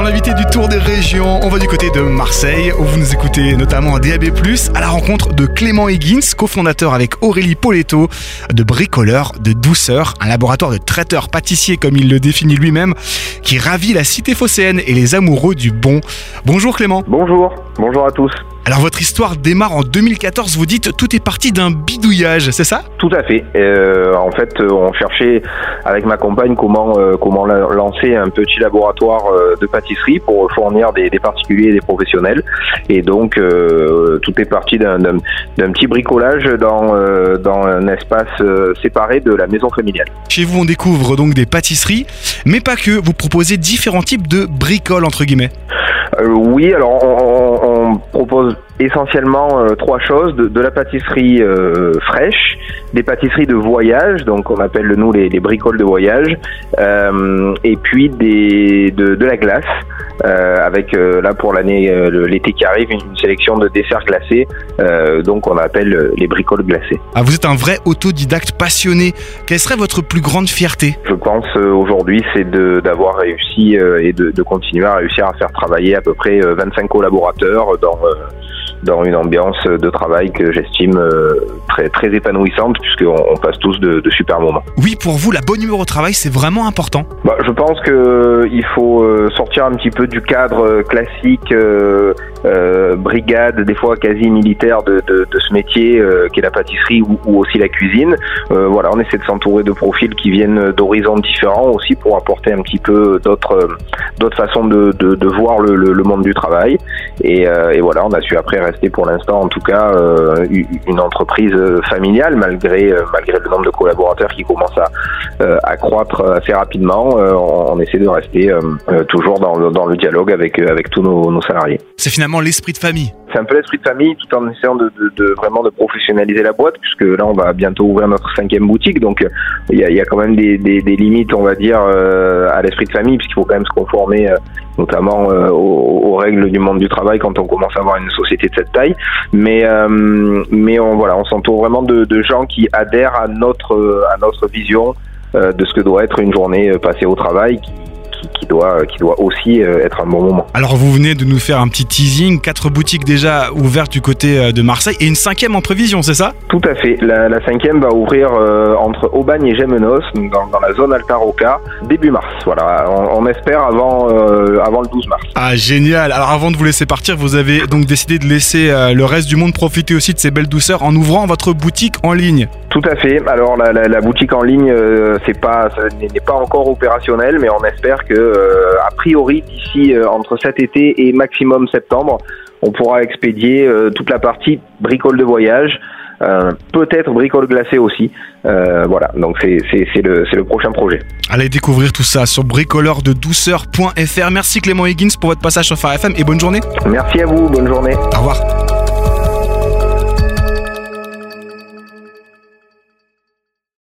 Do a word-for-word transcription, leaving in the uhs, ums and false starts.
l'invité du Tour des régions, on va du côté de Marseille, où vous nous écoutez notamment en D A B plus, à la rencontre de Clément Higgins, cofondateur avec Aurélie Poletto de Bricoleurs de Douceur, un laboratoire de traiteurs pâtissiers comme il le définit lui-même, qui ravit la cité phocéenne et les amoureux du bon. Bonjour Clément. Bonjour, bonjour à tous. Alors votre histoire démarre en deux mille quatorze, vous dites tout est parti d'un bidouillage, c'est ça? Tout à fait. Euh, en fait, on cherchait avec ma compagne comment euh, comment lancer un petit laboratoire euh, de pâtisserie pour fournir des, des particuliers et des professionnels. Et donc euh, tout est parti d'un, d'un, d'un petit bricolage dans euh, dans un espace euh, séparé de la maison familiale. Chez vous, on découvre donc des pâtisseries, mais pas que. Vous proposez différents types de bricoles entre guillemets. Euh, oui, alors on, on, on propose essentiellement euh, trois choses, de, de la pâtisserie euh, fraîche, des pâtisseries de voyage, donc on appelle nous les, les bricoles de voyage, euh, et puis des, de, de la glace, euh, avec euh, là pour l'année, euh, l'été qui arrive, une, une sélection de desserts glacés, euh, donc on appelle les bricoles glacées. Ah, vous êtes un vrai autodidacte passionné. Quelle serait votre plus grande fierté? Je pense euh, aujourd'hui c'est de, d'avoir réussi euh, et de, de continuer à réussir à faire travailler à peu près euh, vingt-cinq collaborateurs dans euh, dans une ambiance de travail que j'estime euh, très très épanouissante, puisqu'on on passe tous de, de super moments. Oui, pour vous, la bonne humeur au travail, c'est vraiment important. Bah, je pense que euh, il faut euh, sortir un petit peu du cadre euh, classique, euh, euh, brigade, des fois quasi militaire de, de, de ce métier euh, qu'est la pâtisserie ou, ou aussi la cuisine. Euh, voilà, on essaie de s'entourer de profils qui viennent d'horizons différents aussi pour apporter un petit peu d'autres euh, d'autres façons de, de, de voir le, le, le monde du travail. Et, euh, et voilà, on a su après rester pour l'instant en tout cas euh, une entreprise familiale malgré euh, malgré le nombre de collaborateurs qui commence à, euh, à croître assez rapidement. Euh, on, on essaie de rester euh, euh, toujours dans le, dans le dialogue avec avec tous nos, nos salariés. C'est finalement l'esprit de famille. C'est un peu l'esprit de famille tout en essayant de, de, de vraiment de professionnaliser la boîte, puisque là on va bientôt ouvrir notre cinquième boutique, donc il y a, il y a quand même des, des, des limites, on va dire, euh, à l'esprit de famille, puisqu'il faut quand même se conformer euh, notamment euh, aux, aux règles du monde du travail quand on commence à avoir une société de cette taille. Mais euh, mais on voilà, on s'entoure vraiment de, de gens qui adhèrent à notre à notre vision euh, de ce que doit être une journée passée au travail, qui qui doit, qui doit aussi être un bon moment. Alors vous venez de nous faire un petit teasing, quatre boutiques déjà ouvertes du côté de Marseille et une cinquième en prévision, c'est ça? Tout à fait, la, la cinquième va ouvrir euh, entre Aubagne et Gémenos, dans, dans la zone Alta Rocca, début mars. Voilà, on, on espère avant, euh, avant le douze mars. Ah génial. Alors avant de vous laisser partir, vous avez donc décidé de laisser euh, le reste du monde profiter aussi de ces belles douceurs en ouvrant votre boutique en ligne. Tout à fait. Alors la, la, la boutique en ligne, euh, c'est pas, ça n'est pas encore opérationnel, mais on espère que euh, a priori d'ici euh, entre cet été et maximum septembre, on pourra expédier euh, toute la partie bricole de voyage, euh, peut-être bricole glacée aussi. Euh, voilà, donc c'est, c'est, c'est, le, c'est le prochain projet. Allez découvrir tout ça sur bricoleurs de douceur point f r. Merci Clément Higgins pour votre passage sur Phare F M et bonne journée. Merci à vous, bonne journée. Au revoir.